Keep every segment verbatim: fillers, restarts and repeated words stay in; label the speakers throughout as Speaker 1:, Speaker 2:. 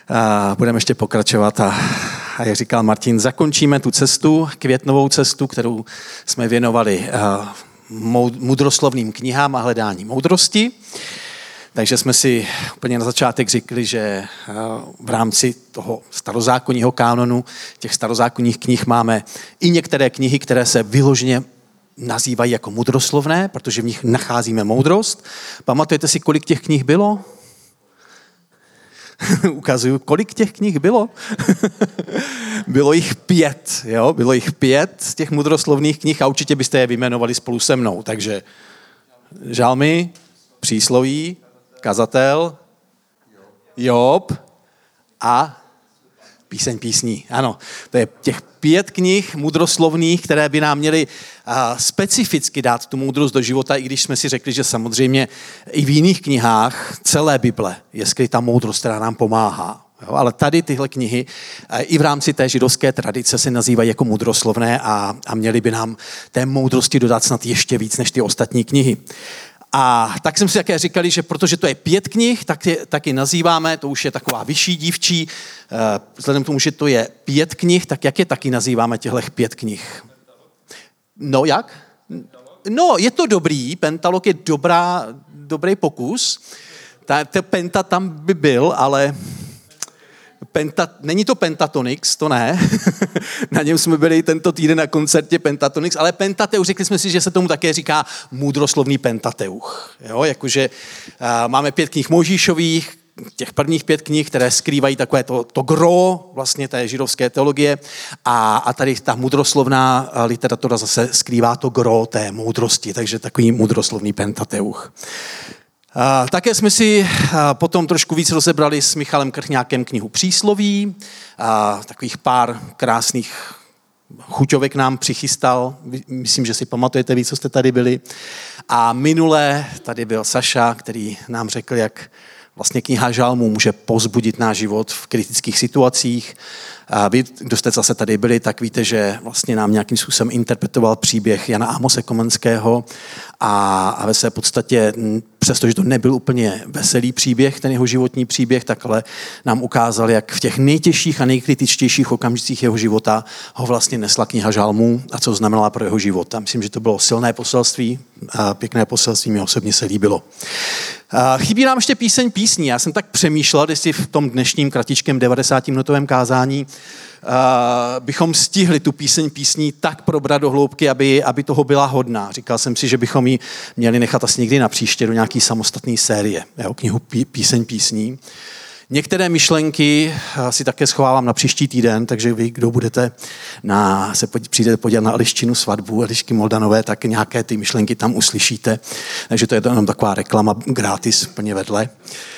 Speaker 1: A budeme ještě pokračovat a, a jak říkal Martin, zakončíme tu cestu, květnovou cestu, kterou jsme věnovali mudroslovným knihám a hledání moudrosti. Takže jsme si úplně na začátek řekli, že v rámci toho starozákonního kánonu, těch starozákonních knih máme i některé knihy, které se vyloženě nazývají jako mudroslovné, protože v nich nacházíme moudrost. Pamatujete si, kolik těch knih bylo? Ukazuju, kolik těch knih bylo. Bylo jich pět, jo? Bylo jich pět z těch mudroslovných knih a určitě byste je vyjmenovali spolu se mnou. Takže žalmy, přísloví, kazatel, Job a píseň písní. Ano, to je těch pět knih mudroslovných, které by nám měly specificky dát tu moudrost do života, i když jsme si řekli, že samozřejmě i v jiných knihách celé Bible je skrytá moudrost, která nám pomáhá. Jo, ale tady tyhle knihy i v rámci té židovské tradice se nazývají jako mudroslovné a, a měly by nám té moudrosti dodat snad ještě víc než ty ostatní knihy. A tak jsem si také říkali, že protože to je pět knih, tak je taky nazýváme, to už je taková vyšší dívčí, vzhledem k tomu, že to je pět knih, tak jak je taky nazýváme těchto pět knih? No jak? No, je to dobrý, Pentalog je dobrá, dobrý pokus, ta, ta penta tam by byl, ale Penta, není to Pentatonix, to ne. Na něm jsme byli tento týden na koncertě Pentatonix, ale Pentateuch, řekli jsme si, že se tomu také říká mudroslovný Pentateuch. Jo, jakože uh, máme pět knih Mojžíšových, těch prvních pět knih, které skrývají takové to, to gro vlastně té židovské teologie a, a tady ta mudroslovná literatura zase skrývá to gro té moudrosti, takže takový mudroslovný Pentateuch. Uh, také jsme si uh, potom trošku víc rozebrali s Michalem Krchňákem knihu Přísloví. Uh, takových pár krásných chuťovek nám přichystal. Myslím, že si pamatujete víc, co jste tady byli. A minule tady byl Saša, který nám řekl, jak vlastně kniha Žalmů může povzbudit náš život v kritických situacích. A vy, kdo jste zase tady byli, tak víte, že vlastně nám nějakým způsobem interpretoval příběh Jana Amose Komenského a, a ve své podstatě, přestože to nebyl úplně veselý příběh, ten jeho životní příběh, tak ale nám ukázal, jak v těch nejtěžších a nejkritičtějších okamžicích jeho života ho vlastně nesla kniha Žalmů a co znamenala pro jeho život. A myslím, že to bylo silné poselství, a pěkné poselství, mi osobně se líbilo. A chybí nám ještě píseň písní. Já jsem tak přemýšlel, jestli v tom dnešním kratičkém devadesátiminutovém kázání uh, bychom stihli tu píseň písní tak probrat do hloubky, aby, aby toho byla hodná. Říkal jsem si, že bychom ji měli nechat asi někdy na příště do nějaký samostatné série, jo, knihu pí, píseň písní. Některé myšlenky si také schovávám na příští týden, takže vy, kdo budete na, se přijdete podívat na Eliščinu svatbu, Elišky Moldanové, tak nějaké ty myšlenky tam uslyšíte. Takže to je jenom taková reklama gratis plně vedle.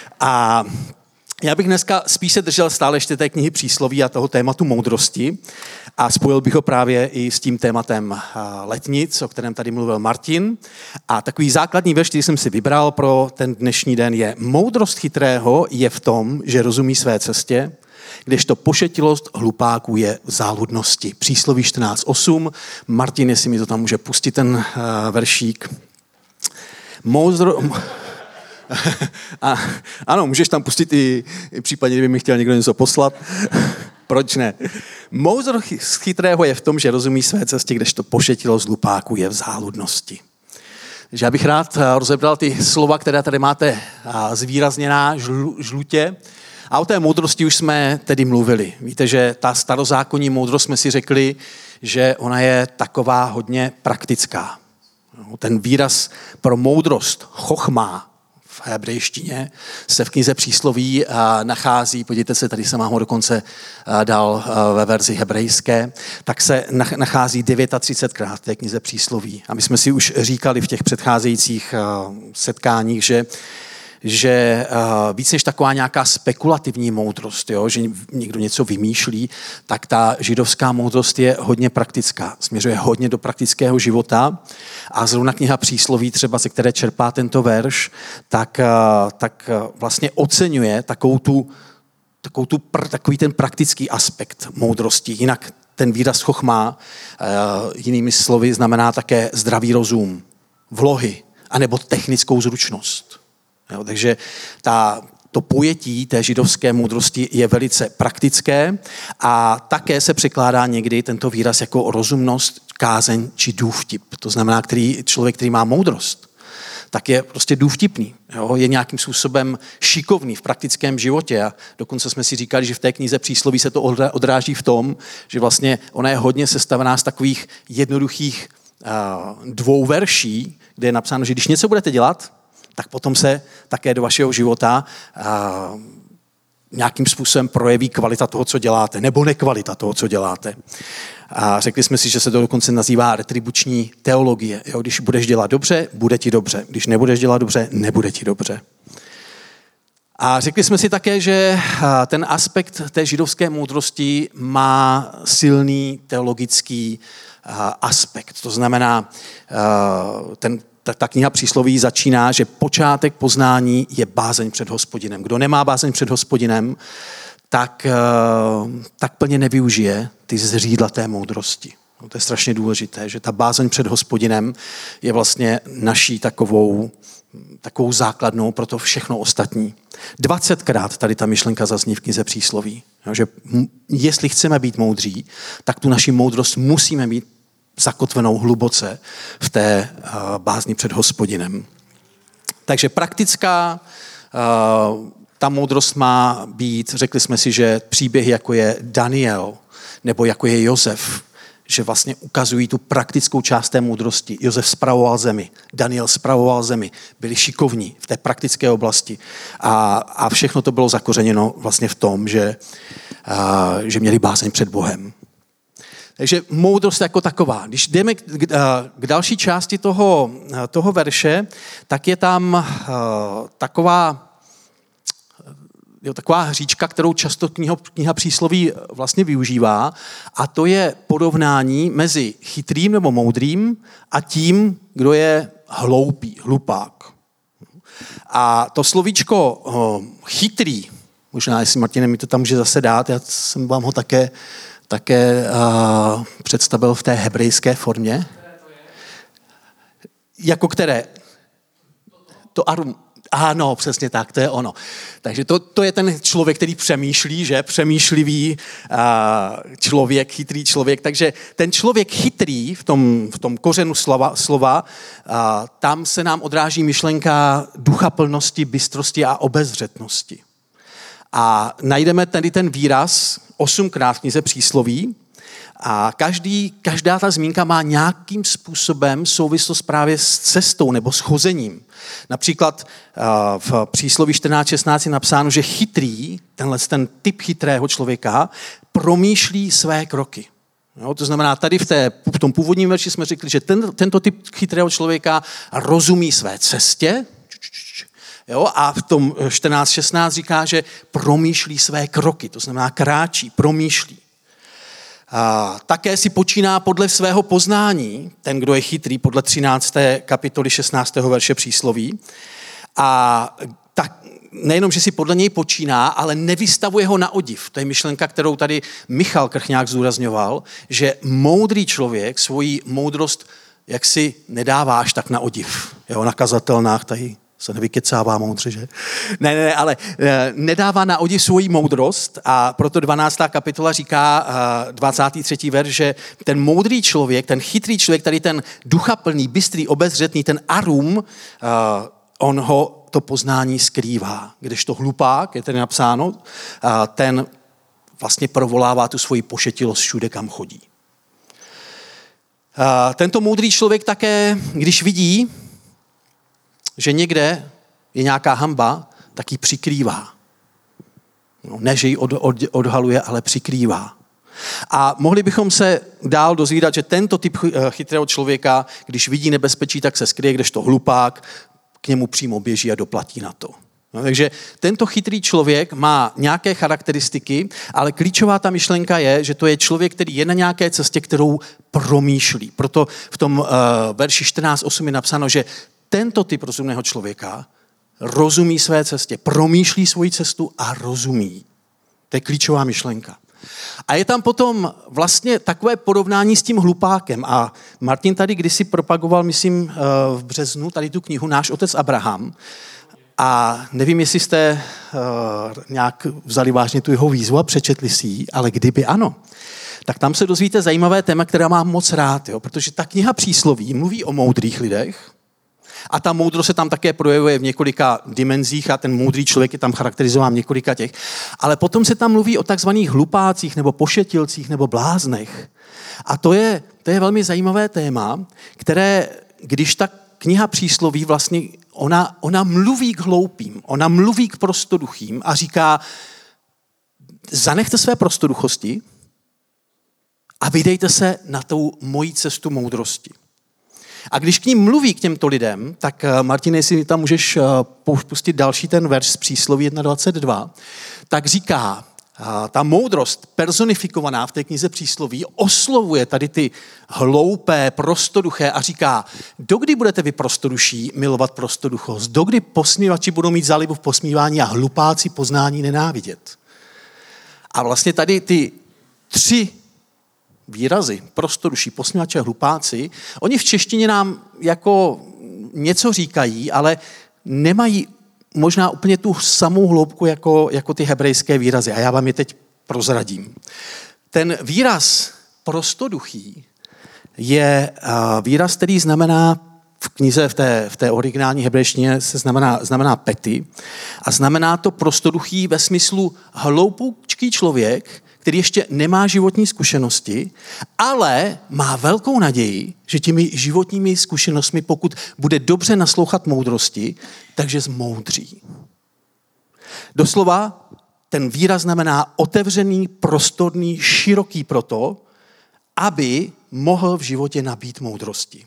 Speaker 1: A já bych dneska spíš se držel stále ještě té knihy Přísloví a toho tématu moudrosti a spojil bych ho právě i s tím tématem letnic, o kterém tady mluvil Martin. A takový základní verš, který jsem si vybral pro ten dnešní den, je: moudrost chytrého je v tom, že rozumí své cestě, kdežto pošetilost hlupáků je v záludnosti. Přísloví čtrnáct osm. Martin, jestli mi to tam může pustit, ten veršík. Moudro... A, ano, můžeš tam pustit i, i případně, kdyby mi chtěl někdo něco poslat. Proč ne? Moudrost chytrého je v tom, že rozumí své cestě, kdežto pošetilost hlupáků je v záludnosti. Takže já bych rád rozebral ty slova, které tady máte zvýrazněná žlu, žlutě. A o té moudrosti už jsme tedy mluvili. Víte, že ta starozákonní moudrost, jsme si řekli, že ona je taková hodně praktická. Ten výraz pro moudrost, chochma, v hebrejštině se v knize Přísloví nachází, podívejte se, tady jsem vám ho dokonce dal ve verzi hebrejské, tak se nachází třicetkrát v té knize Přísloví. A my jsme si už říkali v těch předcházejících setkáních, že že uh, víc než taková nějaká spekulativní moudrost, jo, že někdo něco vymýšlí, tak ta židovská moudrost je hodně praktická. Směřuje hodně do praktického života a zrovna kniha Přísloví, třeba ze které čerpá tento verš, tak, uh, tak uh, vlastně oceňuje takovou tu, takovou tu pr, takový ten praktický aspekt moudrosti. Jinak ten výraz chochma, uh, jinými slovy, znamená také zdravý rozum, vlohy, anebo technickou zručnost. Jo, takže ta, to pojetí té židovské moudrosti je velice praktické a také se překládá někdy tento výraz jako rozumnost, kázeň či důvtip. To znamená, který, člověk, který má moudrost, tak je prostě důvtipný. Jo? Je nějakým způsobem šikovný v praktickém životě. A dokonce jsme si říkali, že v té knize Přísloví se to odráží v tom, že vlastně ona je hodně sestavená z takových jednoduchých uh, dvou verší, kde je napsáno, že když něco budete dělat, tak potom se také do vašeho života uh, nějakým způsobem projeví kvalita toho, co děláte, nebo nekvalita toho, co děláte. A řekli jsme si, že se to dokonce nazývá retribuční teologie. Jo, když budeš dělat dobře, bude ti dobře. Když nebudeš dělat dobře, nebude ti dobře. A řekli jsme si také, že ten aspekt té židovské moudrosti má silný teologický aspekt. To znamená, ten Ta, ta kniha Přísloví začíná, že počátek poznání je bázeň před Hospodinem. Kdo nemá bázeň před Hospodinem, tak, tak plně nevyužije ty zřídla té moudrosti. No, to je strašně důležité, že ta bázeň před Hospodinem je vlastně naší takovou, takovou základnou pro to všechno ostatní. dvacetkrát tady ta myšlenka zazní v knize Přísloví. No, že jestli chceme být moudří, tak tu naši moudrost musíme mít zakotvenou hluboce v té uh, bázni před Hospodinem. Takže praktická, uh, ta moudrost má být, řekli jsme si, že příběhy jako je Daniel nebo jako je Josef, že vlastně ukazují tu praktickou část té moudrosti. Josef spravoval zemi, Daniel spravoval zemi, byli šikovní v té praktické oblasti a, a všechno to bylo zakořeněno vlastně v tom, že, uh, že měli bázeň před Bohem. Takže moudrost jako taková. Když jdeme k, k, k další části toho, toho verše, tak je tam uh, taková, jo, taková hříčka, kterou často kniha, kniha Přísloví vlastně využívá, a to je porovnání mezi chytrým nebo moudrým a tím, kdo je hloupý, hlupák. A to slovíčko uh, chytrý, možná jestli Martine mi to tam může zase dát, já jsem vám ho také také uh, představil v té hebrejské formě. Jako které? To arum. Ano, přesně tak, to je ono. Takže to, to je ten člověk, který přemýšlí, že? Přemýšlivý uh, člověk, chytrý člověk. Takže ten člověk chytrý v tom, v tom kořenu slova, slova uh, tam se nám odráží myšlenka duchaplnosti, bystrosti a obezřetnosti. A najdeme tady ten výraz osmkrát v knize Přísloví a každý, každá ta zmínka má nějakým způsobem souvislost právě s cestou nebo s chozením. Například v Přísloví čtrnáct šestnáct je napsáno, že chytrý, tenhle ten typ chytrého člověka, promýšlí své kroky. Jo, to znamená, tady v, té, v tom původním verši jsme řekli, že ten, tento typ chytrého člověka rozumí své cestě, jo, a v tom čtrnáct šestnáct říká, že promýšlí své kroky, to znamená kráčí, promýšlí. A také si počíná podle svého poznání, ten, kdo je chytrý, podle třinácté kapitoly šestnáctého verše Přísloví. A tak nejenom, že si podle něj počíná, ale nevystavuje ho na odiv. To je myšlenka, kterou tady Michal Krchňák zdůrazňoval, že moudrý člověk svoji moudrost jaksi nedává až tak na odiv. Jo, na kazatelnách tady se nevykecává moudře, že? Ne, ne, ne, ale e, nedává na odiv svoji moudrost a proto dvanáctá kapitola říká, e, dvacátý třetí verš, že ten moudrý člověk, ten chytrý člověk, tady ten duchaplný, bystrý, obezřetný, ten arum, e, on ho to poznání skrývá. Kdežto hlupák, je tady napsáno, e, ten vlastně provolává tu svoji pošetilost všude, kam chodí. E, tento moudrý člověk také, když vidí, že někde je nějaká hanba, tak ji přikrývá. No, ne, že ji od, od, odhaluje, ale přikrývá. A mohli bychom se dál dozvídat, že tento typ chytrého člověka, když vidí nebezpečí, tak se skryje, kdežto hlupák k němu přímo běží a doplatí na to. No, takže tento chytrý člověk má nějaké charakteristiky, ale klíčová ta myšlenka je, že to je člověk, který je na nějaké cestě, kterou promýšlí. Proto v tom uh, verši čtrnáct osm je napsáno, že tento typ rozumného člověka rozumí své cestě, promýšlí svoji cestu a rozumí. To je klíčová myšlenka. A je tam potom vlastně takové porovnání s tím hlupákem. A Martin tady kdysi propagoval, myslím, v březnu, tady tu knihu Náš otec Abraham. A nevím, jestli jste uh, nějak vzali vážně tu jeho výzvu a přečetli si ji, ale kdyby ano, tak tam se dozvíte zajímavé téma, které mám moc rád, jo? Protože ta kniha Přísloví mluví o moudrých lidech a ta moudrost se tam také projevuje v několika dimenzích a ten moudrý člověk je tam charakterizován v několika těch. Ale potom se tam mluví o takzvaných hlupácích nebo pošetilcích nebo bláznech. A to je, to je velmi zajímavé téma, které, když ta kniha Přísloví vlastně, ona, ona mluví k hloupým, ona mluví k prostoduchým a říká, zanechte své prostoduchosti a vydejte se na tou mojí cestu moudrosti. A když k ním mluví k těmto lidem, tak Martine, jestli tam můžeš pustit další ten verš z Přísloví dvacet jedna, tak říká, ta moudrost personifikovaná v té knize Přísloví oslovuje tady ty hloupé, prostoduché a říká, dokdy budete vy prostoduší milovat prostoduchost, dokdy posmívači budou mít zálibu v posmívání a hlupáci poznání nenávidět. A vlastně tady ty tři výrazy, prostoduší, posmívači a hlupáci, oni v češtině nám jako něco říkají, ale nemají možná úplně tu samou hloubku jako, jako ty hebrejské výrazy. A já vám je teď prozradím. Ten výraz prostoduchý je výraz, který znamená v knize, v té, v té originální hebrejštině se znamená, znamená pety a znamená to prostoduchý ve smyslu hloupoučký člověk, který ještě nemá životní zkušenosti, ale má velkou naději, že těmi životními zkušenostmi, pokud bude dobře naslouchat moudrosti, takže zmoudří. Doslova ten výraz znamená otevřený, prostorný, široký proto, aby mohl v životě nabít moudrosti.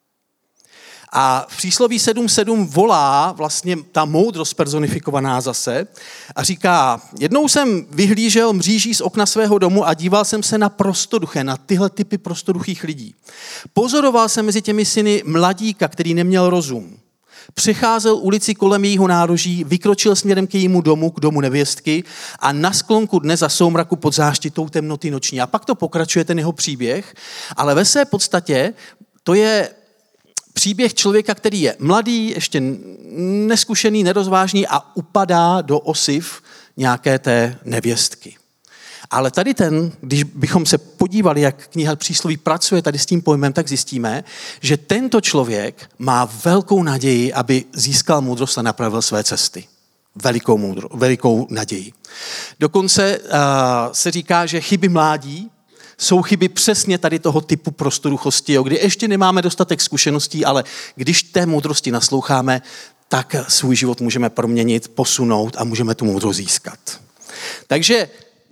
Speaker 1: A v Přísloví sedm sedm volá vlastně ta moudrost personifikovaná zase a říká, jednou jsem vyhlížel mříží z okna svého domu a díval jsem se na prostoduché, na tyhle typy prostoduchých lidí. Pozoroval jsem mezi těmi syny mladíka, který neměl rozum. Přecházel ulici kolem jejího nároží, vykročil směrem k jejímu domu, k domu nevěstky a na sklonku dne za soumraku pod záštitou temnoty noční. A pak to pokračuje ten jeho příběh, ale ve své podstatě to je příběh člověka, který je mladý, ještě neskušený, nerozvážný a upadá do osiv nějaké té nevěstky. Ale tady ten, když bychom se podívali, jak kniha Přísloví pracuje tady s tím pojmem, tak zjistíme, že tento člověk má velkou naději, aby získal moudrost a napravil své cesty. Velikou, moudro, velikou naději. Dokonce uh, se říká, že chyby mládí jsou chyby přesně tady toho typu prostoduchosti, jo, kdy ještě nemáme dostatek zkušeností, ale když té moudrosti nasloucháme, tak svůj život můžeme proměnit, posunout a můžeme tu moudrost získat. Takže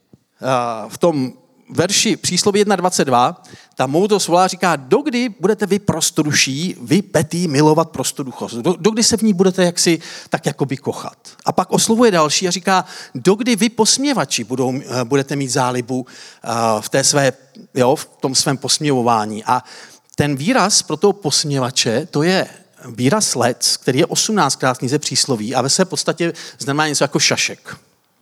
Speaker 1: v tom verši Přísloví jedna dvacet dva ta moudrost volá, říká, dokdy budete vy prostoduší, vy petý milovat prostoduchost, dokdy se v ní budete jaksi tak jakoby kochat. A pak oslovuje další a říká, dokdy vy posměvači budou, budete mít zálibu v, té své, jo, v tom svém posměvování. A ten výraz pro toho posměvače, to je výraz lec, který je osmnáctkrát v knize Přísloví a ve své podstatě znamená něco jako šašek.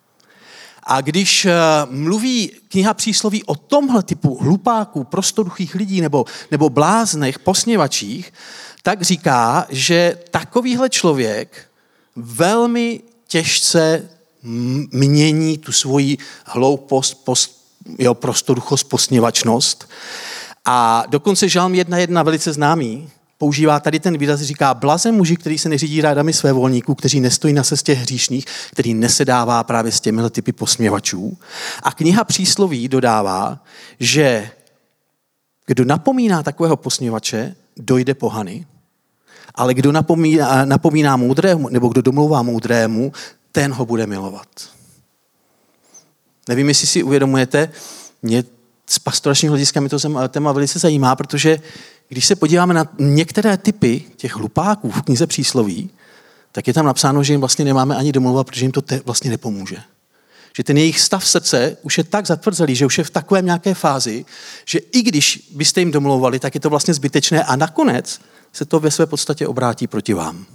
Speaker 1: A když mluví kniha Přísloví o tomhle typu hlupáků, prostoduchých lidí nebo, nebo bláznech, posměvačích, tak říká, že takovýhle člověk velmi těžce mění tu svoji hloupost, post, jo, prostoduchost, posměvačnost. A dokonce Žalm jedna jedna velice známý používá tady ten výraz, říká, blazen muži, který se neřídí rádami své volníků, kteří nestojí na cestě hříšných, který nesedává právě s těmihle typy posměvačů. A kniha Přísloví dodává, že kdo napomíná takového posměvače, dojde pohany, ale kdo napomíná, napomíná moudrému, nebo kdo domlouvá moudrému, ten ho bude milovat. Nevím, jestli si uvědomujete, mě z pastoračního hlediska mi to téma velice zajímá, protože když se podíváme na některé typy těch hlupáků v knize Přísloví, tak je tam napsáno, že jim vlastně nemáme ani domluvat, protože jim to te- vlastně nepomůže. Že ten jejich stav srdce už je tak zatvrzelý, že už je v takové nějaké fázi, že i když byste jim domlouvali, tak je to vlastně zbytečné a nakonec se to ve své podstatě obrátí proti vám.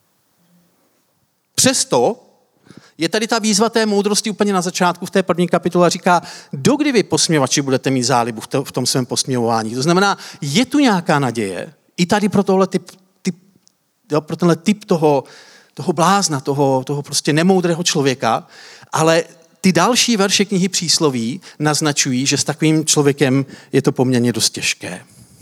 Speaker 1: Přesto je tady ta výzva té moudrosti úplně na začátku v té první kapitole a říká, dokdy vy posměvači budete mít zálibu v, to, v tom svém posměvování. To znamená, je tu nějaká naděje, i tady pro, tohle typ, typ, jo, pro tenhle typ toho, toho blázna, toho, toho prostě nemoudrého člověka, ale ty další verše knihy Přísloví naznačují, že s takovým člověkem je to poměrně dost těžké.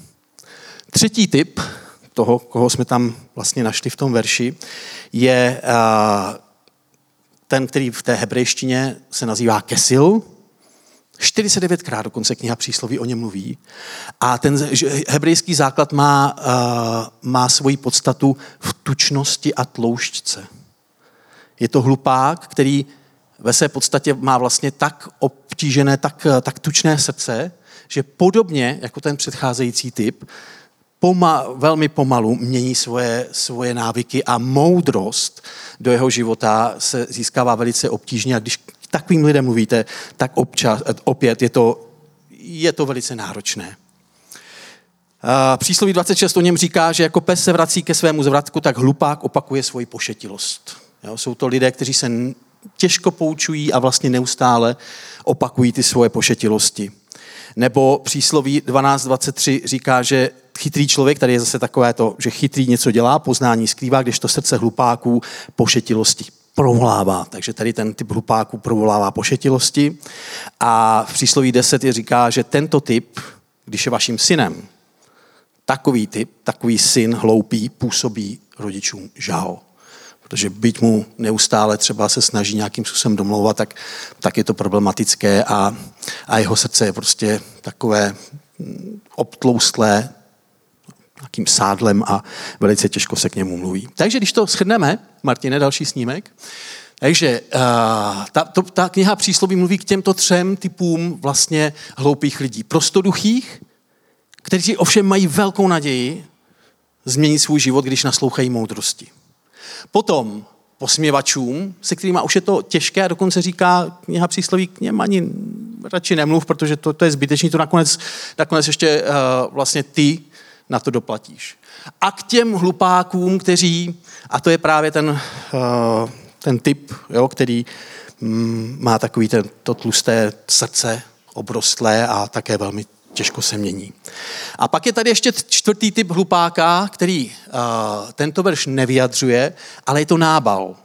Speaker 1: Třetí typ toho, koho jsme tam vlastně našli v tom verši, je uh, ten, který v té hebrejštině se nazývá kesil. čtyřicet devětkrát dokonce kniha Přísloví o něm mluví. A ten hebrejský základ má, uh, má svoji podstatu v tučnosti a tloušťce. Je to hlupák, který ve své podstatě má vlastně tak obtížené, tak, tak tučné srdce, že podobně jako ten předcházející typ, poma, velmi pomalu mění svoje, svoje návyky a moudrost do jeho života se získává velice obtížně. A když k takovým lidem mluvíte, tak občas, opět je to, je to velice náročné. Přísloví dvacet šest o něm říká, že jako pes se vrací ke svému zvratku, tak hlupák opakuje svoji pošetilost. Jo, jsou to lidé, kteří se těžko poučují a vlastně neustále opakují ty svoje pošetilosti. Nebo přísloví dvanáct dvacet tři říká, že chytrý člověk, tady je zase takové to, že chytrý něco dělá, poznání skrývá, když to srdce hlupáků pošetilosti provolává. Takže tady ten typ hlupáků provolává pošetilosti. A v přísloví deset je říká, že tento typ, když je vaším synem, takový typ, takový syn hloupý, působí rodičům žal. Protože byť mu neustále třeba se snaží nějakým způsobem domlouvat, tak, tak je to problematické a, a jeho srdce je prostě takové obtloustlé nějakým sádlem a velice těžko se k němu mluví. Takže když to shrneme, Martine, další snímek, takže uh, ta, to, ta kniha Přísloví mluví k těmto třem typům vlastně hloupých lidí. Prostoduchých, kteří ovšem mají velkou naději změnit svůj život, když naslouchají moudrosti. Potom posměvačům, se kterýma už je to těžké a dokonce říká kniha Přísloví, k něm ani radši nemluv, protože to, to je zbytečný, to nakonec, nakonec ještě uh, vlastně ty na to doplatíš. A k těm hlupákům, kteří, a to je právě ten, uh, ten typ, jo, který mm, má takový ten, to tlusté srdce, obrostlé a také velmi těžko se mění. A pak je tady ještě čtvrtý typ hlupáka, který uh, tento verš nevyjadřuje, ale je to Nábal.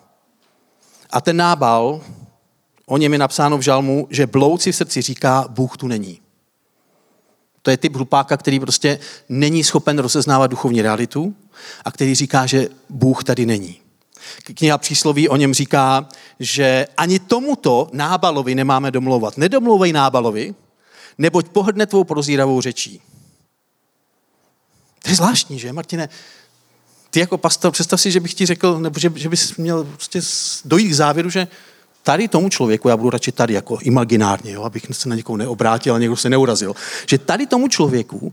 Speaker 1: A ten Nábal, o něm je napsáno v žalmu, že blouci v srdci říká, Bůh tu není. To je typ hlupáka, který prostě není schopen rozeznávat duchovní realitu a který říká, že Bůh tady není. Kniha Přísloví o něm říká, že ani tomuto Nábalovi nemáme domlouvat. Nedomlouvej Nábalovi, neboť pohrdne tvou prozíravou řečí. To je zvláštní, že, Martine? Ty jako pastor, představ si, že bych ti řekl, nebo že, že bys měl prostě dojít k závěru, že tady tomu člověku, já budu radši tady jako imaginárně, jo, abych se na někoho neobrátil a někdo se neurazil, že tady tomu člověku,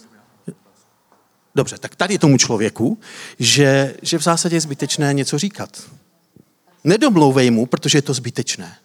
Speaker 1: dobře, tak tady tomu člověku, že, že v zásadě je zbytečné něco říkat. Nedomlouvej mu, protože je to zbytečné.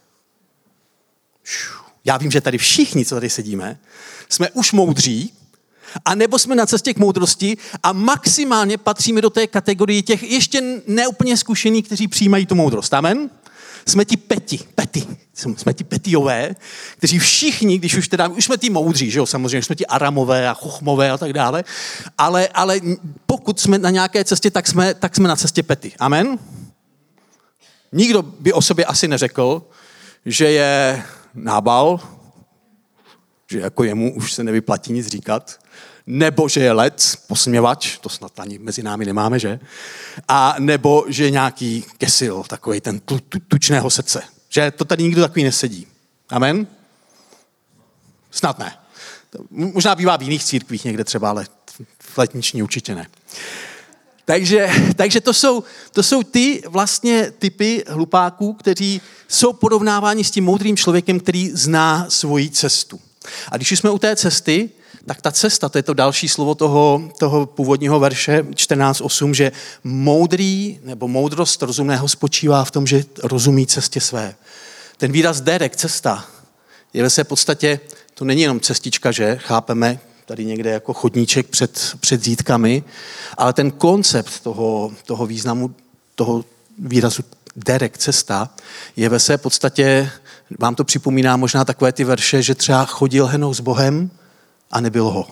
Speaker 1: Já vím, že tady všichni, co tady sedíme, jsme už moudří, a nebo jsme na cestě k moudrosti a maximálně patříme do té kategorie těch ještě neúplně zkušených, kteří přijímají tu moudrost. Amen? Jsme ti peti, peti, jsme ti petiové, kteří všichni, když už teda, už jsme ti moudří, že jo, samozřejmě, jsme ti aramové a chochmové a tak dále, ale, ale pokud jsme na nějaké cestě, tak jsme, tak jsme na cestě peti. Amen? Nikdo by o sobě asi neřekl, že je Nábal, že jako jemu už se nevyplatí nic říkat, nebo že je lec, posměvač, to snad ani mezi námi nemáme, že? A nebo že je nějaký kesil, takový ten tu, tu, tučného srdce. Že to tady nikdo takový nesedí. Amen? Snad ne. Možná bývá v jiných církvích někde třeba, ale v letniční určitě ne. Takže, takže to, jsou, to jsou ty vlastně typy hlupáků, kteří jsou porovnáváni s tím moudrým člověkem, který zná svoji cestu. A když jsme u té cesty, tak ta cesta, to je to další slovo toho, toho původního verše čtrnáct osm, že moudrý nebo moudrost rozumného spočívá v tom, že rozumí cestě své. Ten výraz derek, cesta, je ve své podstatě, to není jenom cestička, že chápeme tady někde jako chodníček před, před zítkami, ale ten koncept toho, toho významu, toho výrazu derek, cesta, je ve své podstatě, vám to připomíná možná takové ty verše, že třeba chodil henou s Bohem a nebylo ho.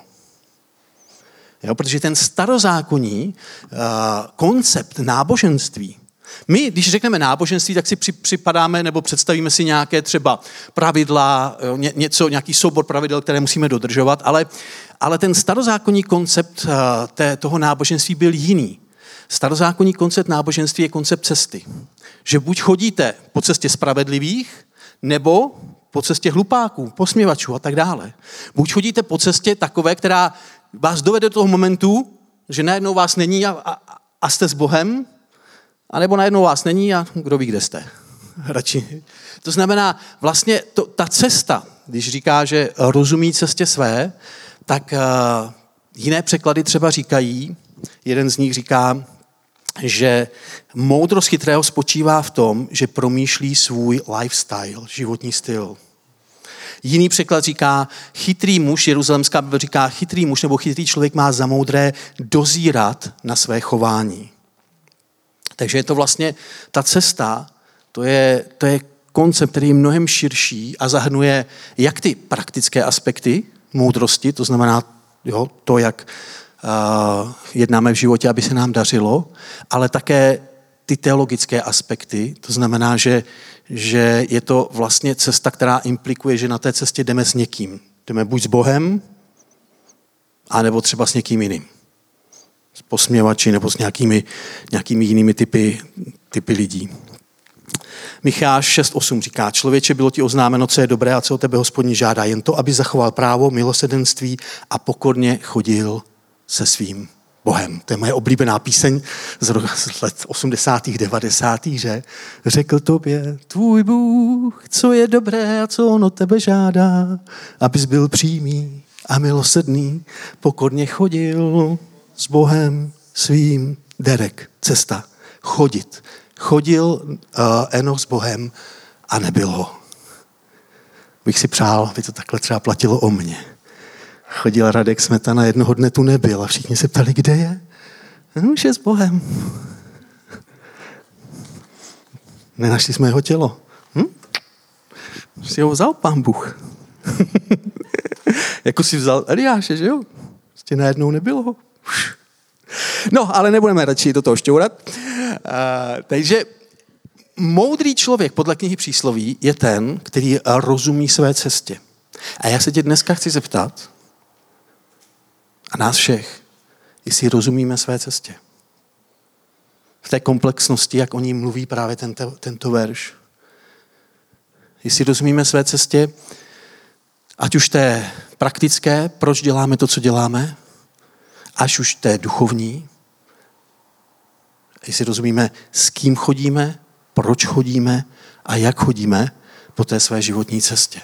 Speaker 1: Jo, protože ten starozákonní uh, koncept náboženství My, když řekneme náboženství, tak si připadáme nebo představíme si nějaké třeba pravidla, ně, něco, nějaký soubor pravidel, které musíme dodržovat, ale, ale ten starozákonní koncept té, toho náboženství byl jiný. Starozákonní koncept náboženství je koncept cesty. Že buď chodíte po cestě spravedlivých, nebo po cestě hlupáků, posměvačů a tak dále. Buď chodíte po cestě takové, která vás dovede do toho momentu, že najednou vás není a, a, a jste s Bohem, anebo najednou vás není a kdo ví, kde jste. Radši. To znamená, vlastně to, ta cesta, když říká, že rozumí cestě své, tak uh, jiné překlady třeba říkají, jeden z nich říká, že moudrost chytrého spočívá v tom, že promýšlí svůj lifestyle, životní styl. Jiný překlad říká, chytrý muž, jeruzalemská Bible říká, chytrý muž nebo chytrý člověk má za moudré dozírat na své chování. Takže je to vlastně ta cesta, to je, to je koncept, který je mnohem širší a zahrnuje jak ty praktické aspekty moudrosti, to znamená jo, to, jak uh, jednáme v životě, aby se nám dařilo, ale také ty teologické aspekty, to znamená, že, že je to vlastně cesta, která implikuje, že na té cestě jdeme s někým. Jdeme buď s Bohem, anebo třeba s někým jiným. S posměvači nebo s nějakými, nějakými jinými typy, typy lidí. Micháš šest osm říká, člověče, bylo ti oznámeno, co je dobré a co o tebe Hospodin žádá, jen to, aby zachoval právo, milosrdenství a pokorně chodil se svým Bohem. To je moje oblíbená píseň z let osmdesátých, devadesátých, že? Řekl tobě tvůj Bůh, co je dobré a co on od tebe žádá, abys byl přímý a milosrdný, pokorně chodil s Bohem svým. Derek, cesta, chodit. Chodil uh, Enoch s Bohem a nebyl ho. Bych si přál, aby to takhle třeba platilo o mně. Chodil Radek Smetana, jednoho dne tu nebyl a všichni se ptali, kde je? No, už je s Bohem. Nenašli jsme jeho tělo. Hm? Si ho vzal Pán Bůh. Jako si vzal Eliáše, že jo? Prostě najednou nebylo ho. No, ale nebudeme radši do toho šťourat. Uh, takže moudrý člověk podle knihy Přísloví je ten, který rozumí své cestě. A já se tě dneska chci zeptat, a nás všech, jestli rozumíme své cestě. V té komplexnosti, jak o ní mluví právě tento, tento verš. Jestli rozumíme své cestě, ať už té praktické, proč děláme to, co děláme, až už té duchovní, jestli rozumíme, s kým chodíme, proč chodíme a jak chodíme po té své životní cestě.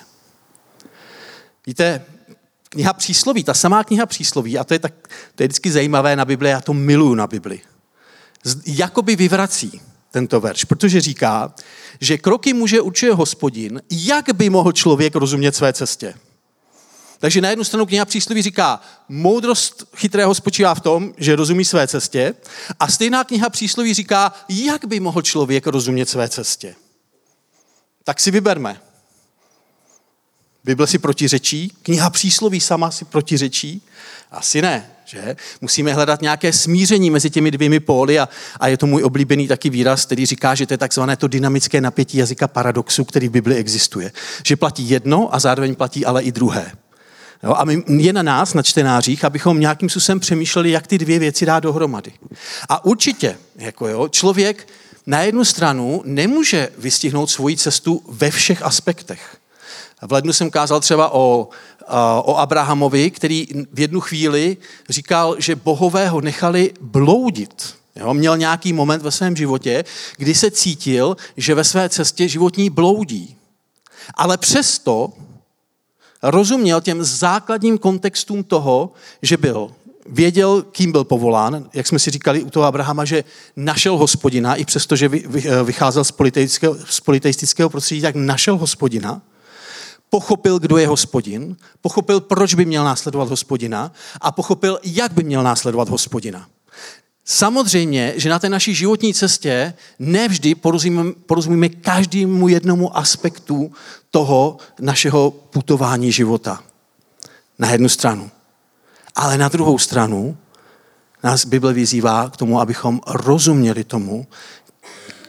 Speaker 1: Víte, kniha Přísloví, ta samá kniha Přísloví, a to je, tak, to je vždycky zajímavé na Bibli, já to miluju na Bibli, jakoby vyvrací tento verš, protože říká, že kroky muže určuje Hospodin, jak by mohl člověk rozumět své cestě. Takže na jednu stranu kniha Přísloví říká, moudrost chytrého spočívá v tom, že rozumí své cestě, a stejná kniha Přísloví říká, jak by mohl člověk rozumět své cestě. Tak si vyberme. Bible si protiřečí, kniha Přísloví sama si protiřečí, asi ne, že? Musíme hledat nějaké smíření mezi těmi dvěmi póly a, a je to můj oblíbený taky výraz, který říká, že to je takzvané to dynamické napětí jazyka paradoxu, který v Bibli existuje. Že platí jedno a zároveň platí ale i druhé. Jo, a my, je na nás, na čtenářích, abychom nějakým způsobem přemýšleli, jak ty dvě věci dát dohromady. A určitě, jako jo, člověk na jednu stranu nemůže vystihnout svoji cestu ve všech aspektech. V lednu jsem kázal třeba o, o Abrahamovi, který v jednu chvíli říkal, že bohové ho nechali bloudit. Jo, měl nějaký moment ve svém životě, kdy se cítil, že ve své cestě životní bloudí. Ale přesto rozuměl těm základním kontextům toho, že byl, věděl, kým byl povolán, jak jsme si říkali u toho Abrahama, že našel Hospodina, i přesto, že vycházel z politeistického, z politeistického prostředí, tak našel Hospodina, pochopil, kdo je Hospodin, pochopil, proč by měl následovat Hospodina a pochopil, jak by měl následovat Hospodina. Samozřejmě, že na té naší životní cestě nevždy porozumíme, porozumíme každému jednomu aspektu toho našeho putování života. Na jednu stranu. Ale na druhou stranu nás Bible vyzývá k tomu, abychom rozuměli tomu,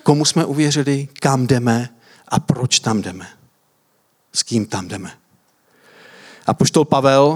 Speaker 1: komu jsme uvěřili, kam jdeme a proč tam jdeme. S kým tam jdeme. Apoštol Pavel,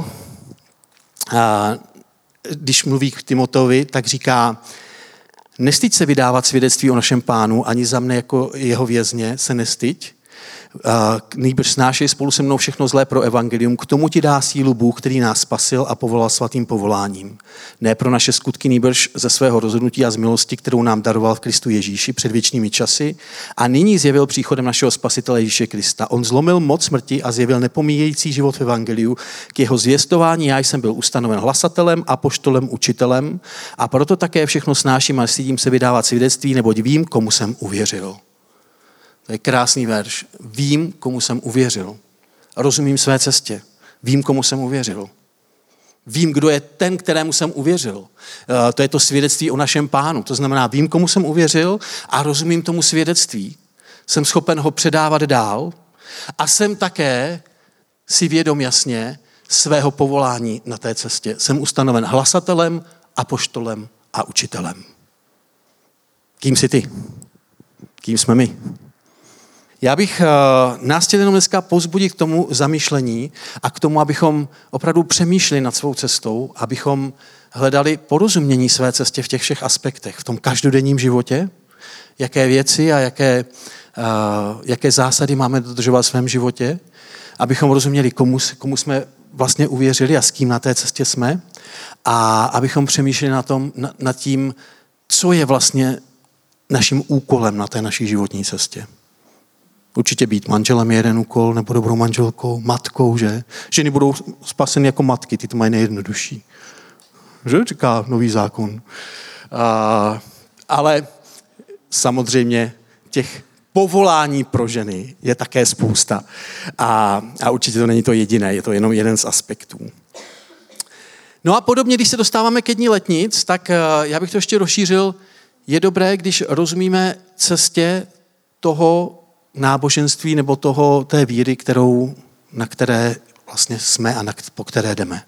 Speaker 1: když mluví k Timoteovi, tak říká, nestyď se vydávat svědectví o našem Pánu, ani za mne jako jeho vězně se nestyď. Nýbrž snášej spolu se mnou všechno zlé pro evangelium. K tomu ti dá sílu Bůh, který nás spasil a povolal svatým povoláním. Ne pro naše skutky, nýbrž ze svého rozhodnutí a z milosti, kterou nám daroval v Kristu Ježíši před věčnými časy a nyní zjevil příchodem našeho spasitele Ježíše Krista. On zlomil moc smrti a zjevil nepomíjející život v evangeliu. K jeho zvěstování já jsem byl ustanoven hlasatelem, apoštolem, učitelem a proto také všechno snáším a stydím se vydávat svědectví, neboť vím, komu jsem uvěřil. To je krásný verš. Vím, komu jsem uvěřil. Rozumím své cestě. Vím, komu jsem uvěřil. Vím, kdo je ten, kterému jsem uvěřil. To je to svědectví o našem Pánu. To znamená, vím, komu jsem uvěřil a rozumím tomu svědectví. Jsem schopen ho předávat dál a jsem také si vědom jasně svého povolání na té cestě. Jsem ustanoven hlasatelem, apoštolem a učitelem. Kým jsi ty? Kým jsme my? Já bych nás chtěl jenom dneska povzbudit k tomu zamýšlení a k tomu, abychom opravdu přemýšleli nad svou cestou, abychom hledali porozumění své cestě v těch všech aspektech, v tom každodenním životě, jaké věci a jaké, jaké zásady máme dodržovat v svém životě, abychom rozuměli, komu, komu jsme vlastně uvěřili a s kým na té cestě jsme a abychom přemýšleli na tom, nad tím, co je vlastně naším úkolem na té naší životní cestě. Určitě být manželem je jeden úkol, nebo dobrou manželkou, matkou, že? Ženy budou spaseny jako matky, ty to mají nejjednodušší. Že? Říká nový zákon. A, ale samozřejmě těch povolání pro ženy je také spousta. A, a určitě to není to jediné, je to jenom jeden z aspektů. No a podobně, když se dostáváme ke dní letnic, tak já bych to ještě rozšířil. Je dobré, když rozumíme cestě toho náboženství nebo toho, té víry, kterou, na které vlastně jsme a na, po které jdeme.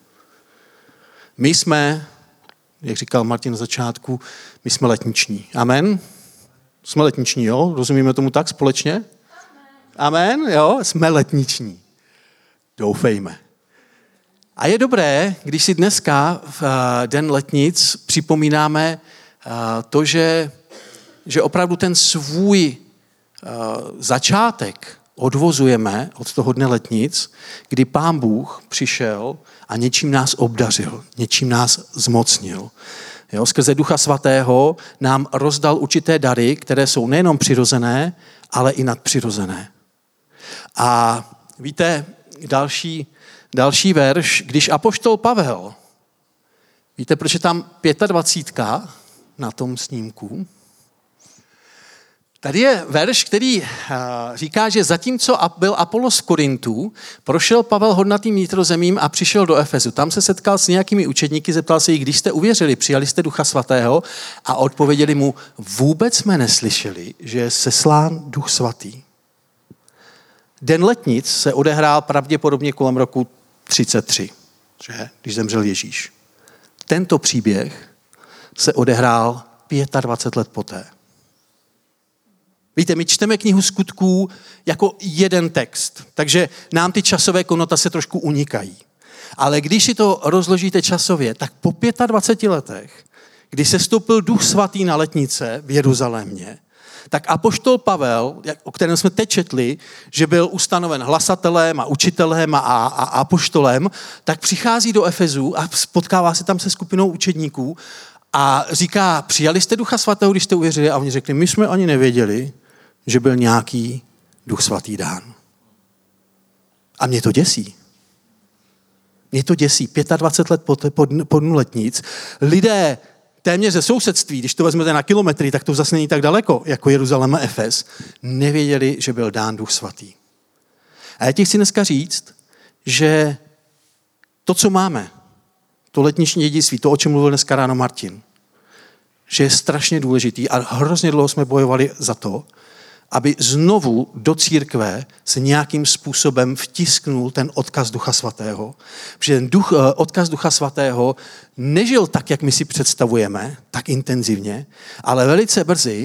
Speaker 1: My jsme, jak říkal Martin na začátku, my jsme letniční. Amen? Jsme letniční, jo? Rozumíme tomu tak společně? Amen, jo? Jsme letniční. Doufejme. A je dobré, když si dneska v den letnic připomínáme to, že, že opravdu ten svůj začátek odvozujeme od toho dne letnic, kdy Pán Bůh přišel a něčím nás obdařil, něčím nás zmocnil. Jo, skrze Ducha Svatého nám rozdal určité dary, které jsou nejenom přirozené, ale i nadpřirozené. A víte, další, další verš, když apoštol Pavel, víte, proč je tam dvacítka pět na tom snímku? Tady je verš, který říká, že zatímco byl Apolos v Korintu, prošel Pavel hodnatým vnitrozemím a přišel do Efezu. Tam se setkal s nějakými učedníky, zeptal se jich, když jste uvěřili, přijali jste Ducha Svatého a odpověděli mu, vůbec jsme neslyšeli, že je seslán Duch Svatý. Den letnic se odehrál pravděpodobně kolem roku třicet tři, že? Když zemřel Ježíš. Tento příběh se odehrál dvacet pět let poté. Víte, my čteme knihu Skutků jako jeden text, takže nám ty časové konotace trošku unikají. Ale když si to rozložíte časově, tak po dvaceti pěti letech, kdy se stoupil Duch Svatý na letnice v Jeruzalémě, tak apoštol Pavel, o kterém jsme teď četli, že byl ustanoven hlasatelem a učitelem a, a, a apoštolem, tak přichází do Efezu a potkává se tam se skupinou učedníků a říká, přijali jste Ducha Svatého, když jste uvěřili? A oni řekli, my jsme ani nevěděli, že byl nějaký Duch Svatý dán. A mě to děsí. Mě to děsí. dvacet pět let po, po, po dnu letnic. Lidé téměř ze sousedství, když to vezmete na kilometry, tak to zase není tak daleko, jako Jeruzalém a Efes, nevěděli, že byl dán Duch Svatý. A já ti chci dneska říct, že to, co máme, to letniční dědictví, to, o čem mluvil dneska ráno Martin, že je strašně důležitý a hrozně dlouho jsme bojovali za to, aby znovu do církve se nějakým způsobem vtisknul ten odkaz Ducha Svatého. Protože ten duch, odkaz Ducha Svatého nežil tak, jak my si představujeme, tak intenzivně, ale velice brzy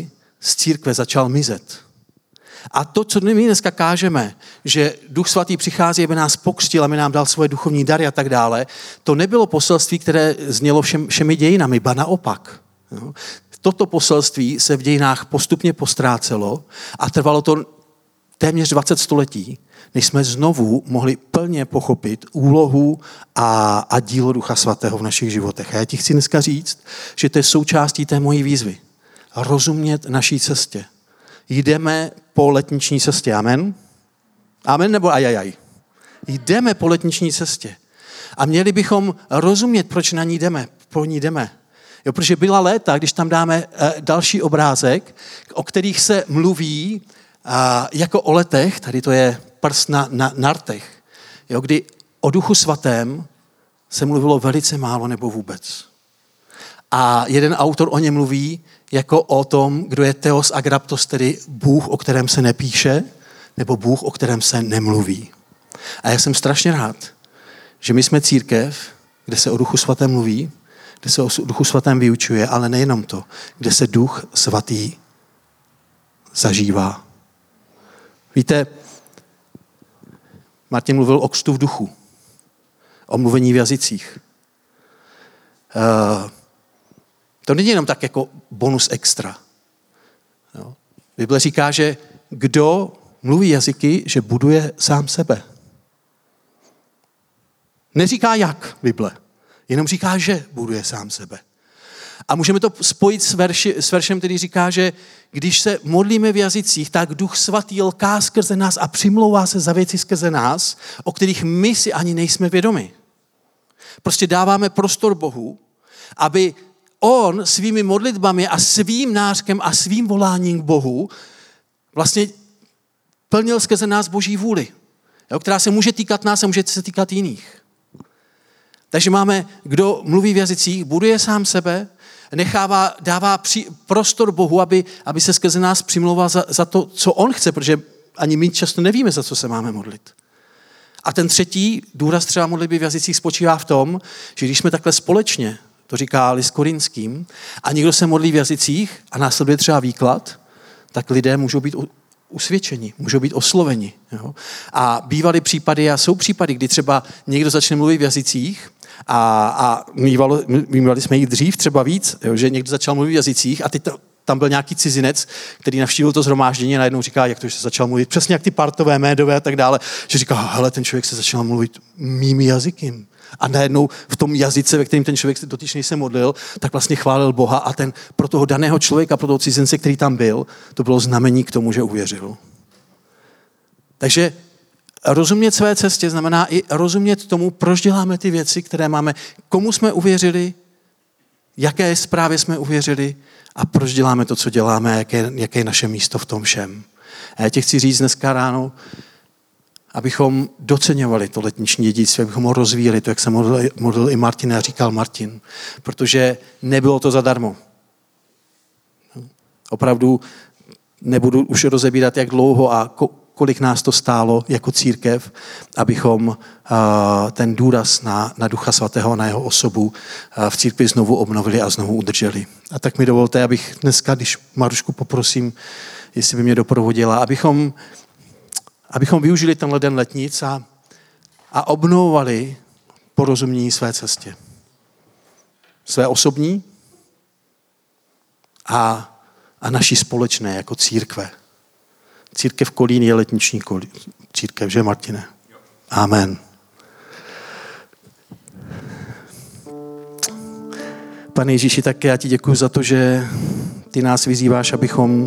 Speaker 1: z církve začal mizet. A to, co my dneska kážeme, že Duch Svatý přichází, aby nás pokřtil, aby nám dal svoje duchovní dary a tak dále, to nebylo poselství, které znělo všem, všemi dějinami, ba naopak. Toto poselství se v dějinách postupně postrácelo a trvalo to téměř dvacet století, než jsme znovu mohli plně pochopit úlohu a, a dílo Ducha Svatého v našich životech. A já ti chci dneska říct, že to je součástí té mojí výzvy. Rozumět naší cestě. Jdeme po letniční cestě. Amen? Amen nebo ajajaj? Jdeme po letniční cestě. A měli bychom rozumět, proč na ní jdeme. Po ní jdeme. Jo, protože byla léta, když tam dáme e, další obrázek, o kterých se mluví a, jako o letech, tady to je prst na, na nartech, jo, kdy o Duchu Svatém se mluvilo velice málo nebo vůbec. A jeden autor o něm mluví jako o tom, kdo je Theos Agraptos, tedy Bůh, o kterém se nepíše, nebo Bůh, o kterém se nemluví. A já jsem strašně rád, že my jsme církev, kde se o Duchu Svatém mluví, kde se o Duchu Svatém vyučuje, ale nejenom to, kde se Duch Svatý zažívá. Víte, Martin mluvil o křtu v duchu, o mluvení v jazycích. Uh, to není jenom tak jako bonus extra. Jo. Bible říká, že kdo mluví jazyky, že buduje sám sebe. Neříká jak Bible, jenom říká, že buduje sám sebe. A můžeme to spojit s, verši, s veršem, který říká, že když se modlíme v jazycích, tak Duch Svatý lká skrze nás a přimlouvá se za věci skrze nás, o kterých my si ani nejsme vědomi. Prostě dáváme prostor Bohu, aby on svými modlitbami a svým nářkem a svým voláním k Bohu vlastně plnil skrze nás Boží vůli, jo, která se může týkat nás a může se týkat jiných. Takže máme, kdo mluví v jazycích, buduje sám sebe, nechává, dává při, prostor Bohu, aby, aby se skrze nás přimlouval za, za to, co on chce, protože ani my často nevíme, za co se máme modlit. A ten třetí důraz třeba modlitby v jazycích spočívá v tom, že když jsme takhle společně, to říká list Korinským, a někdo se modlí v jazycích a následuje třeba výklad, tak lidé můžou být usvědčeni, můžou být osloveni. Jo? A bývaly případy, a jsou případy, kdy třeba někdo začne mluvit v jazycích a, a mývalo, mývali jsme jich dřív třeba víc, jo? Že někdo začal mluvit v jazycích a teď to, tam byl nějaký cizinec, který navštívil to shromáždění a najednou říká, jak to, že se začal mluvit, přesně jak ty partové, médové a tak dále, že říká, hele, ten člověk se začal mluvit mými jazyky. A najednou v tom jazyce, ve kterém ten člověk se dotyčný se modlil, tak vlastně chválil Boha a ten pro toho daného člověka, pro toho cizince, který tam byl, to bylo znamení k tomu, že uvěřil. Takže rozumět své cestě znamená i rozumět tomu, proč děláme ty věci, které máme, komu jsme uvěřili, jaké zprávě jsme uvěřili a proč děláme to, co děláme, jaké, jaké je naše místo v tom všem. A já tě chci říct dneska ráno, abychom doceňovali to letniční dědictví, abychom ho rozvíjeli, to, jak se modlil, modlil i Martin a říkal Martin, protože nebylo to zadarmo. Opravdu nebudu už rozebírat, jak dlouho a kolik nás to stálo jako církev, abychom uh, ten důraz na, na Ducha Svatého a na jeho osobu uh, v církvi znovu obnovili a znovu udrželi. A tak mi dovolte, abych dneska, když Marušku poprosím, jestli by mě doprovodila, abychom abychom využili tenhle den letnic a, a obnovovali porozumění své cestě. Své osobní a, a naší společné jako církve. Církev Kolín je letniční církev, že Martine? Amen. Pane Ježíši, tak já ti děkuji za to, že ty nás vyzýváš, abychom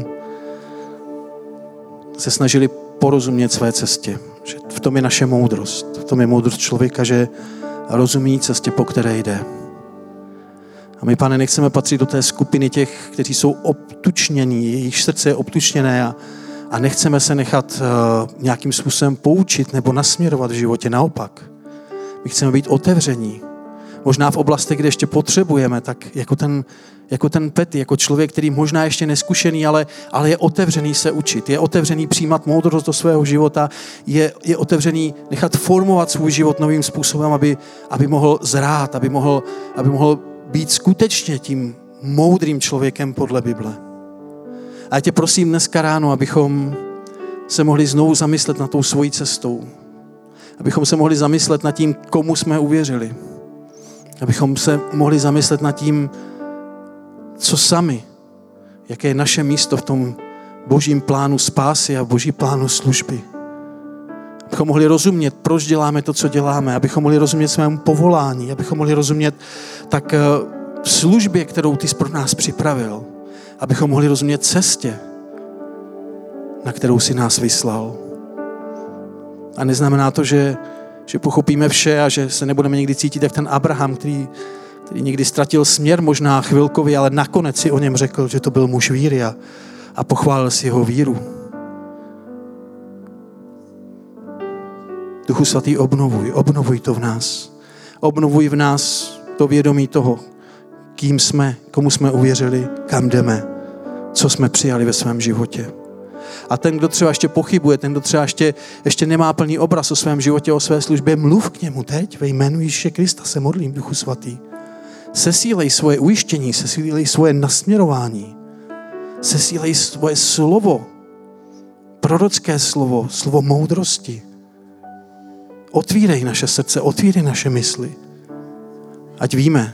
Speaker 1: se snažili porozumět své cestě. Že v tom je naše moudrost. V tom je moudrost člověka, že rozumí cestě, po které jde. A my, Pane, nechceme patřit do té skupiny těch, kteří jsou obtučnění, jejich srdce je obtučněné a, a nechceme se nechat uh, nějakým způsobem poučit nebo nasměrovat v životě. Naopak. My chceme být otevření. Možná v oblastech, kde ještě potřebujeme, tak jako ten, jako ten Petr, jako člověk, který možná ještě neskušený, ale, ale je otevřený se učit, je otevřený přijímat moudrost do svého života, je, je otevřený nechat formovat svůj život novým způsobem, aby, aby mohl zrát, aby mohl, aby mohl být skutečně tím moudrým člověkem podle Bible. A já tě prosím dneska ráno, abychom se mohli znovu zamyslet nad tou svojí cestou. Abychom se mohli zamyslet nad tím, komu jsme uvěřili. Abychom se mohli zamyslet nad tím, co sami, jaké je naše místo v tom božím plánu spásy a boží plánu služby. Abychom mohli rozumět, proč děláme to, co děláme. Abychom mohli rozumět svému povolání. Abychom mohli rozumět tak službě, kterou ty jsi pro nás připravil. Abychom mohli rozumět cestě, na kterou si nás vyslal. A neznamená to, že, že pochopíme vše a že se nebudeme někdy cítit jak ten Abraham, který, který někdy ztratil směr možná chvilkově, ale nakonec si o něm řekl, že to byl muž víry a, a pochválil si jeho víru. Duchu svatý, obnovuj, obnovuj to v nás. Obnovuj v nás to vědomí toho, kým jsme, komu jsme uvěřili, kam jdeme, co jsme přijali ve svém životě. A ten, kdo třeba ještě pochybuje, ten, kdo třeba ještě, ještě nemá plný obraz o svém životě, o své službě, mluv k němu teď ve jménu Ježíše Krista se modlím, Duchu svatý. Sesílej svoje ujištění, sesílej svoje nasměrování, sesílej svoje slovo, prorocké slovo, slovo moudrosti. Otvírej naše srdce, otvírej naše mysli. Ať víme,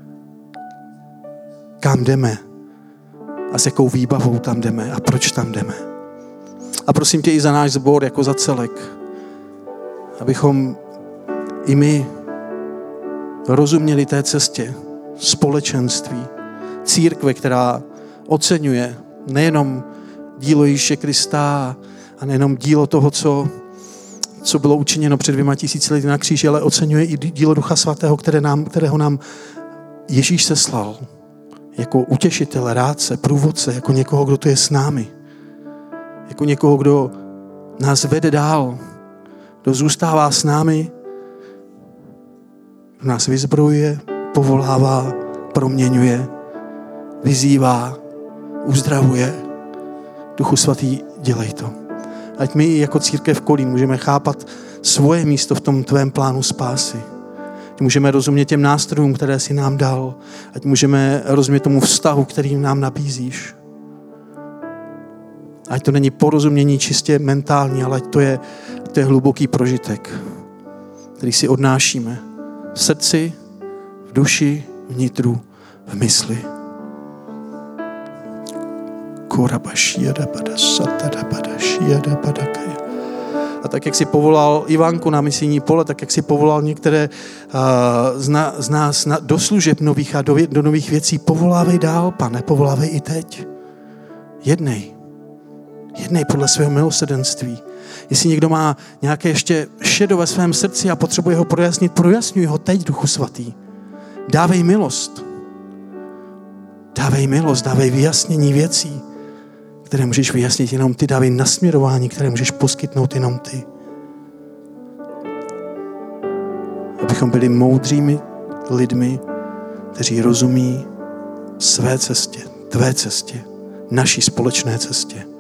Speaker 1: kam jdeme a s jakou výbavou tam jdeme a proč tam jdeme. A prosím tě i za náš sbor, jako za celek, abychom i my rozuměli té cestě společenství, církve, která oceňuje nejenom dílo Ježíše Krista a nejenom dílo toho, co, co bylo učiněno před dvěma tisíci lety na kříži, ale oceňuje i dílo Ducha Svatého, které nám, kterého nám Ježíš seslal jako utěšitele, rádce, průvodce, jako někoho, kdo tu je s námi. Jako někoho, kdo nás vede dál, kdo zůstává s námi, kdo nás vyzbrojuje, povolává, proměňuje, vyzývá, uzdravuje. Duchu svatý, dělej to. Ať my jako církev Kolín můžeme chápat svoje místo v tom tvém plánu spásy. Ať můžeme rozumět těm nástrojům, které jsi nám dal. Ať můžeme rozumět tomu vztahu, který nám nabízíš. Ať to není porozumění čistě mentální, ale ať to je, to je hluboký prožitek, který si odnášíme v srdci, v duši, vnitru, v mysli. A tak, jak jsi povolal Ivanku na misijní pole, tak, jak jsi povolal některé uh, z, na, z nás na, do služeb nových a do, do nových věcí, povolávej dál, Pane, povolávej i teď. Jednej. Jednej podle svého milosrdenství. Jestli někdo má nějaké ještě šedo ve svém srdci a potřebuje ho projasnit, projasňuj ho teď, Duchu svatý. Dávej milost. Dávej milost, dávej vyjasnění věcí, které můžeš vyjasnit jenom ty, dávej nasměrování, které můžeš poskytnout jenom ty. Abychom byli moudrými lidmi, kteří rozumí své cestě, tvé cestě, naší společné cestě.